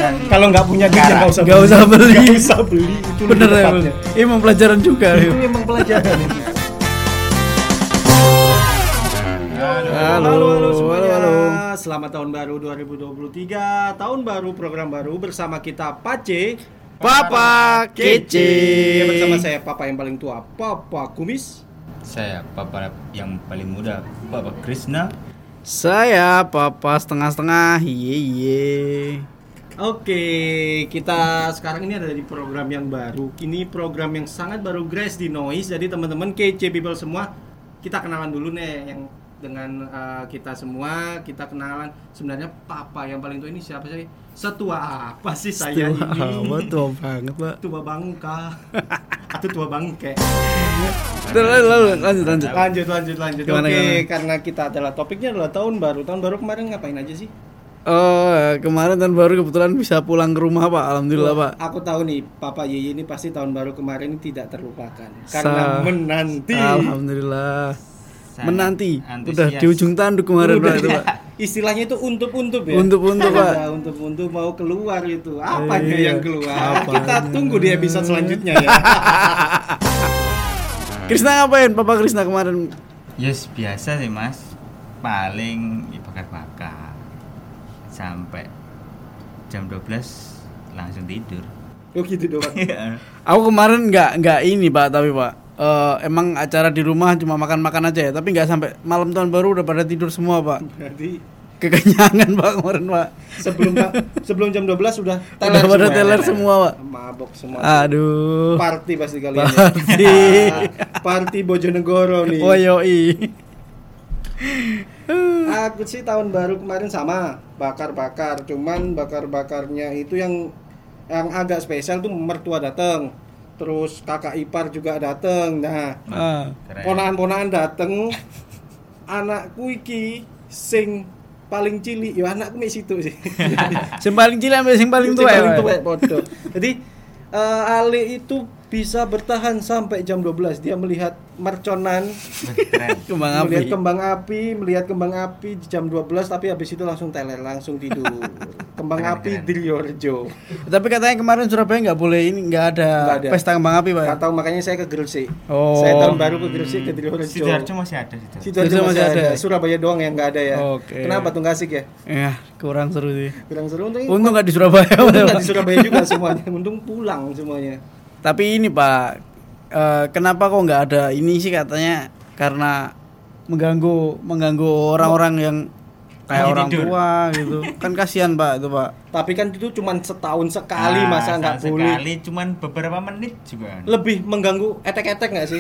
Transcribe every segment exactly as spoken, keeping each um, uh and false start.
Kalau nggak punya duit ya nggak usah nggak usah beli. Nggak usah beli. Itu bener ya. Ini emang pelajaran juga. Itu emang pelajaran itu. Halo, halo, halo semuanya. Halo, halo. Selamat tahun baru dua ribu dua puluh tiga. Tahun baru, program baru bersama kita Pace, Papa Kece. Bersama saya Papa yang paling tua, Papa Kumis. Saya Papa yang paling muda, Papa Krishna. Saya Papa setengah-setengah. Iye iye. Oke, kita sekarang ini ada di program yang baru. Ini program yang sangat baru, Grace di Noise. Jadi teman-teman kece people semua, kita kenalan dulu nih yang dengan uh, kita semua. Kita kenalan. Sebenarnya Papa yang paling tua ini siapa sih? Setua apa sih saya Setua ini? Apa tua banget, Pak? Tua bangka. Atau tua bangke. Lalu lanjut lanjut. Lanjut lanjut lanjut. Gimana, Oke, gimana? karena kita adalah topiknya adalah tahun baru. Tahun baru kemarin ngapain aja sih? Oh, kemarin tahun baru kebetulan bisa pulang ke rumah, Pak. Alhamdulillah, Pak. Aku tahu nih, Papa Yeye ini pasti tahun baru kemarin tidak terlupakan karena Sa- menanti. Alhamdulillah. Sangat Menanti. antusias. Udah di ujung tanduk kemarin, Udah, Pak, itu, ya. Pak. Istilahnya itu untup-untup ya. Untup-untup, Pak. Udah untup-untup mau keluar itu. Apanya Iya, yang keluar? apanya. Kita tunggu di episode selanjutnya ya. Krisna ngapain, Papa Krisna kemarin? Yes, biasa sih mas. Paling ya bakar-bakar sampai jam dua belas langsung tidur. Oh gitu doang. Aku kemarin nggak nggak ini, Pak, tapi Pak. Eh, emang acara di rumah cuma makan-makan aja ya, tapi nggak sampai malam tahun baru udah pada tidur semua, Pak. Berarti Kekenyangan, Pak, kemarin, Pak. sebelum sebelum jam dua belas sudah Udah pada semua. teler semua, Pak. Mabok semua. Aduh. Party pasti kalian. ya. Party. Party Bojonegoro nih. Oh yoi. Aku sih tahun baru kemarin sama bakar-bakar, cuman bakar-bakarnya itu yang yang agak spesial tuh mertua datang, terus kakak ipar juga datang. Nah, Ah. Keren. ponakan-ponakan datang, anakku iki sing paling cilik, yo anakku mek situ sih. Sing paling cilik sampai sing paling tua. Sing ya, paling Pak? tua podo. Jadi eh, Ale itu bisa bertahan sampai jam dua belas. Dia melihat merconan, Keren. Kembang api. melihat kembang api, melihat kembang api di jam dua belas, tapi habis itu langsung teler, langsung tidur. Kembang Keren, api keren. Diriorejo. Tapi katanya kemarin Surabaya nggak boleh ini, nggak ada, Nggak ada. pesta kembang api, Pak. Nggak tahu, makanya saya ke Gresik. Oh. Saya tahun baru ke Gresik, ke Diriorejo. Sidoarjo masih ada situ. Sidoarjo Sidoarjo masih masih ada. ada. Surabaya doang yang nggak ada ya. Oke. Kenapa tuh nggak asik ya? Ya, kurang seru sih. Kurang seru. Untung, Untung nggak di Surabaya. untung nggak di Surabaya juga semuanya. Untung pulang semuanya. Tapi ini, Pak, eh, kenapa kok nggak ada ini sih katanya karena mengganggu mengganggu orang-orang yang kayak Lagi orang tidur. tua gitu. Kan kasihan, Pak, itu, Pak. Tapi kan itu cuma setahun sekali, Nah, masa nggak setahun boleh. sekali, cuman beberapa menit juga. Lebih mengganggu etek-etek nggak sih?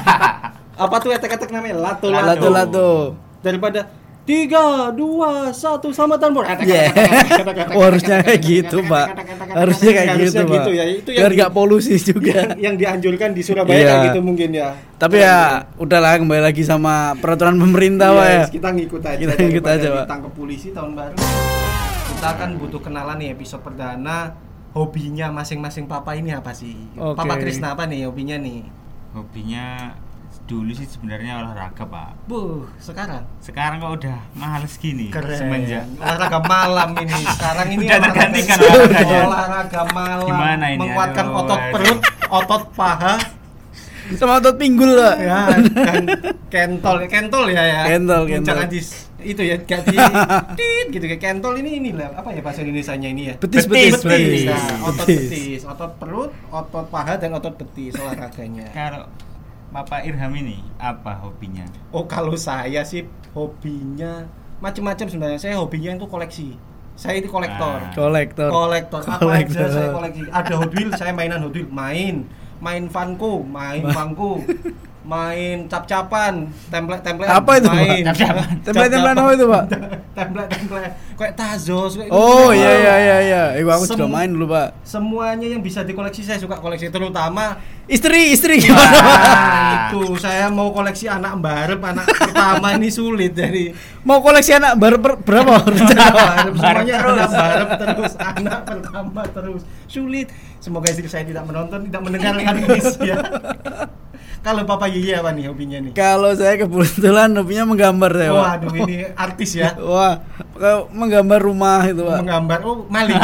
Apa tuh etek-etek namanya? Lato Lato. Lato lato. Daripada tiga, dua, satu, sama tahun baru. Yeah. Oh, harusnya kayak gitu, Pak. Harusnya kayak gitu, Pak. gitu ya. Itu Biar yang, nggak polusi yang, juga. yang dianjurkan di Surabaya Iya. kayak gitu mungkin ya. Tapi ya udahlah, kembali lagi sama peraturan pemerintah, Pak, ya. Yes, kita ngikut aja. Kita ngikut daripada aja, Pak. ditangkap polisi tahun baru. Kita kan butuh kenalan nih episode perdana. Hobinya masing-masing Papa ini apa sih? Oke. Papa Krishna apa nih hobinya nih? Hobinya dulu sih sebenarnya olahraga, Pak. Buh, sekarang Sekarang kok udah males gini. keren. Semenjak Olahraga malam ini. Sekarang ini Udah olahraga- tergantikan olahraganya. olahraga malam. Gimana ini? Menguatkan Aduh, otot aduh. perut, otot paha, Sama otot pinggul, Pak. ya, dan kentol, kentol ya ya. Kentol, kentol. Jangan di itu ya, gak di tit gitu kayak kentol ini inilah apa ya bahasa Indonesianya ini ya. Betis, Betis, betis, betis. Nah, otot Betis. betis, otot perut, otot paha dan otot betis olahraganya. Kalau Bapak Irham ini apa hobinya? Oh, kalau saya sih hobinya macam-macam sebenarnya. Saya hobinya itu koleksi. Saya itu kolektor. Ah. Kolektor. Kolektor. Apa Kolektor. aja saya koleksi. Ada Hot Wheels, saya mainan Hot Wheels, main. Main Funko, main Funko. Main cap-capan, template-template Apa itu, Pak? main. Cap-capan. Template-template apa itu, Pak? Template-template kayak Tazos kayak Oh gitu. iya iya iya iya. Eh, aku juga Sem- main dulu, Pak. Semuanya yang bisa dikoleksi saya suka koleksi, terutama Istri, istri gimana, Pak? nah, itu saya mau koleksi anak mbarep, anak pertama ini sulit jadi Mau koleksi anak baru per- berapa? anak mbarep semuanya terus. anak mbarep terus, anak pertama terus sulit. Semoga istri saya tidak menonton, tidak mendengarkan ini ya. Kalau Papa Yeye apa nih hobinya nih? Kalau saya kebetulan hobinya menggambar saya, Pak. Waduh, ini artis ya. Wah, kalau menggambar rumah itu, Pak. Menggambar, oh maling.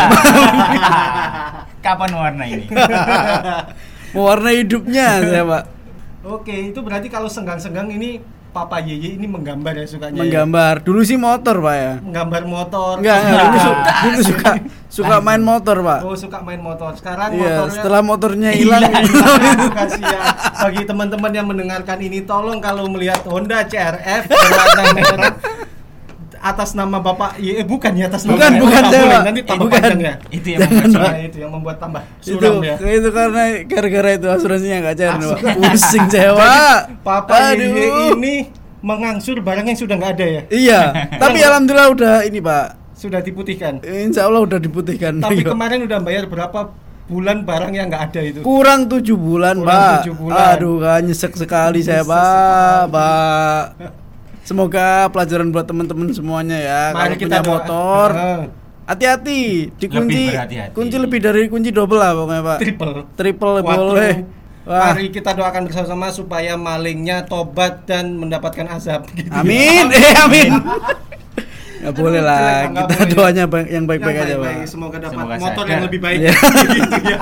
Kapan warna ini? Mewarnai hidupnya saya, Pak. Oke, itu berarti kalau senggang-senggang ini Papa Yeye ini menggambar ya sukanya. Menggambar. Dulu sih motor, Pak ya. Ya? Menggambar motor. Enggak, enggak, dulu suka, dulu suka suka main motor, Pak. Oh, suka main motor. Sekarang Iya, motornya setelah motornya hilang. kasihan. Bagi teman-teman yang mendengarkan ini, tolong kalau melihat Honda C R F berwarna merah atas nama Bapak Ye, eh, bukan ya atas nama Bukan, ya, bukan, nggak saya, boleh, Pak. nanti tambah Bukan. panjang ya. Itu yang membuat Nah, itu yang membuat tambah itu suram ya. itu karena gara-gara itu asuransinya enggak cair, Pak. Asuransi. Pusing saya, Jadi, Pak. Papa Aduh. Yeye ini mengangsur barang yang sudah nggak ada ya. Iya, tapi alhamdulillah udah ini, Pak. Sudah diputihkan. Insya Allah udah diputihkan. Tapi Iya. kemarin udah bayar berapa bulan barang yang nggak ada itu? Kurang tujuh bulan, Kurang Pak. tujuh bulan. Aduh, kan nyesek sekali saya, Nyesek Pak. sekali. Pak. Semoga pelajaran buat teman-teman semuanya ya. Mari Kalau kita punya doa- motor, Ah. hati-hati. Dikunci, Lebih berhati-hati. kunci lebih dari kunci double lah pokoknya, Pak. Triple. Triple Waduh. boleh. Wah. Mari kita doakan bersama-sama supaya malingnya tobat dan mendapatkan azab. Gitu. Amin. Eh, amin. Ya boleh Aduh, lah. jelek, nggak Kita boleh. doanya ba- yang baik-baik Yang aja, Pak. baik-baik. Semoga dapat Semoga motor sadar. yang lebih baik. Iya. Gitu ya.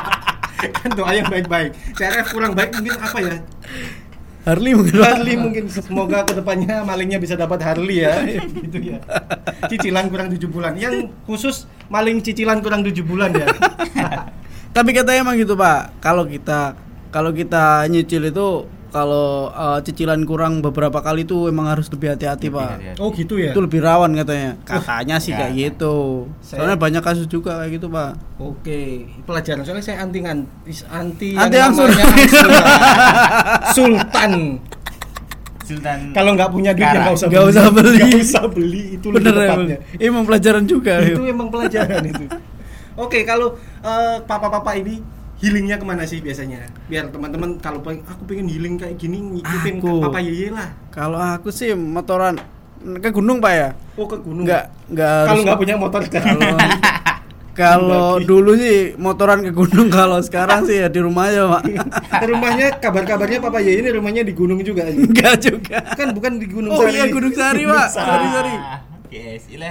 Kan doa yang baik-baik. C R F kurang baik mungkin apa ya? Harley mungkin, Pak. Harley mungkin semoga kedepannya malingnya bisa dapat Harley ya. Gitu ya. Cicilan kurang tujuh bulan. Yang khusus maling cicilan kurang tujuh bulan ya. Tapi katanya emang gitu, Pak. Kalau kita kalau kita nyicil itu kalau uh, cicilan kurang beberapa kali itu emang harus lebih hati-hati, Lebih Pak. hati-hati. Oh gitu ya. Itu lebih rawan katanya. Katanya sih ya. kayak gitu. Saya- Soalnya banyak kasus juga kayak gitu, Pak. Oke, pelajaran soalnya saya anti ngan- is- anti Anti yang angsur. namanya angsur. Sultan. Sultan. Kalau nggak punya duit ya Sekarang. nggak usah Nggak beli. usah beli. Nggak usah beli itu lebih Bener emang. tepatnya. Emang pelajaran juga. Itu emang pelajaran itu. Oke, kalau eh, papa-papa ini healingnya kemana sih biasanya? Biar teman-teman kalau pengen, aku pengen healing kayak gini ngikutin Aku. Papa Yeye lah. Kalau aku sih motoran ke gunung, Pak ya. Oh ke gunung. Enggak, enggak Kalau harus. nggak punya motor Kalau kalau Mendaki. dulu sih motoran ke gunung, kalau sekarang sih ya di rumah aja, Pak. rumahnya kabar-kabarnya Papa Yeye ini rumahnya di gunung juga. Enggak juga. Kan bukan di Gunung Oh Sari. iya, Gunung Sari, Gunung Pak. Sari. Sorry, sorry. Yes, ilah.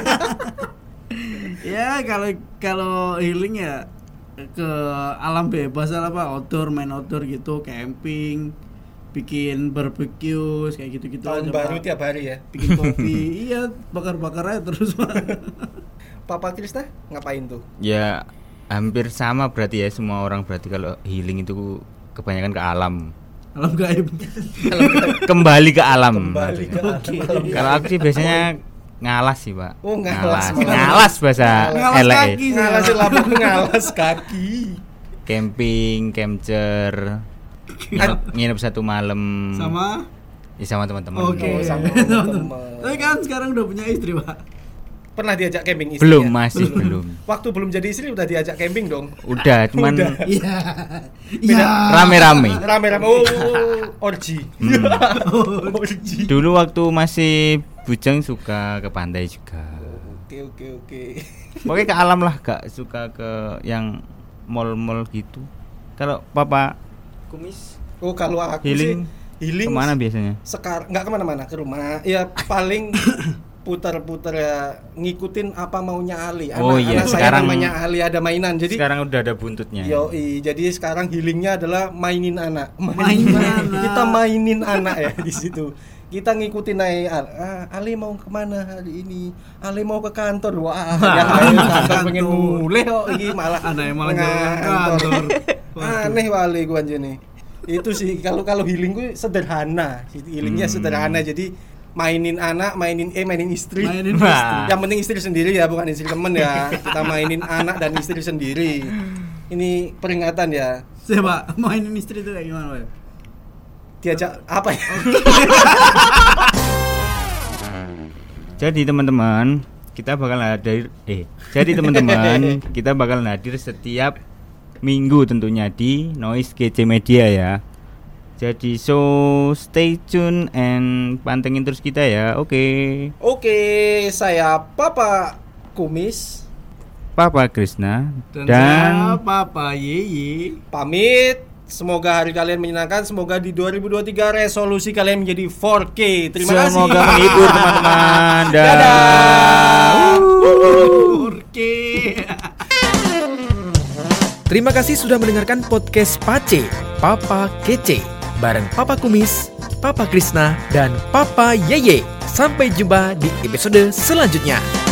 Ya kalau kalau healing ya ke alam bebas lah, Pak. Outdoor, main outdoor gitu, camping, bikin barbecue kayak gitu-gitu Tahun aja, baru Pak. tiap hari ya. Bikin kopi. Iya, bakar-bakar aja terus, Pak. Papa Krista ngapain tuh? Ya hampir sama berarti ya, semua orang berarti kalau healing itu kebanyakan ke alam. Alam gaib. Kembali ke alam. Kembali ke alam. Kalau aku sih biasanya ngalas sih, Pak. Oh, ngalas. Ngalas bahasa Ngalas elek. kaki. Ngalas lapar ngalas kaki. Camping, camcer, nginep, nginep satu malam. Sama Ya, sama teman-teman. Oke. Oh, sama teman-teman. Tapi kan sekarang udah punya istri, Pak. Pernah diajak camping istrinya? Belum, masih belum. Waktu belum jadi istri udah diajak camping dong. Udah, cuman Udah. Iya. Beda. rame-rame. Rame-rame. Oh, orgi. Hmm. Orgi. Dulu waktu masih bujang suka ke pantai juga. Oke, oke, oke. Pokoknya ke alam lah, gak suka ke yang mall-mall gitu. Kalau Papa Kumis Oh, kalau aku healing, sih healing kemana biasanya? Sekarang nggak kemana-mana, ke rumah. Ya paling putar-putar ya, ngikutin apa maunya Ali. Anak, Oh iya, anak saya sekarang- namanya Ali, ada mainan. Jadi Sekarang udah ada buntutnya. Yoi, jadi sekarang healingnya adalah mainin anak. Mainin anak. Kita mainin anak ya di situ. Kita ngikutin aja. Ah, Ali mau kemana hari ini? Ali mau ke kantor. Wah, yang lain kantor pengen mulai kok iki malah Anak yang malah ngantor. jalan kantor. Aneh wali gua anjir nih. Itu sih kalau kalau healing gue sederhana. Healingnya Hmm. sederhana. Jadi mainin anak, mainin eh mainin istri. Mainin Wah. istri. Yang penting istri sendiri ya, bukan istri temen ya. Kita mainin anak dan istri sendiri. Ini peringatan ya. Coba mainin istri itu kayak gimana, Pak? Diajak apa ya? Jadi teman-teman, kita bakal hadir eh jadi teman-teman, kita bakal hadir setiap minggu tentunya di Noise G C Media ya. Jadi so stay tune and pantengin terus kita ya. Oke. Oke, saya Papa Kumis Papa Krishna Dan, dan saya Papa Yeye. pamit. Semoga hari kalian menyenangkan. Semoga di dua ribu dua puluh tiga resolusi kalian menjadi four K. Terima kasih. Semoga menghibur teman-teman. Dadah. four K. Terima kasih sudah mendengarkan podcast Pace, Papa Kece, bareng Papa Kumis, Papa Krisna, dan Papa Yeye. Sampai jumpa di episode selanjutnya.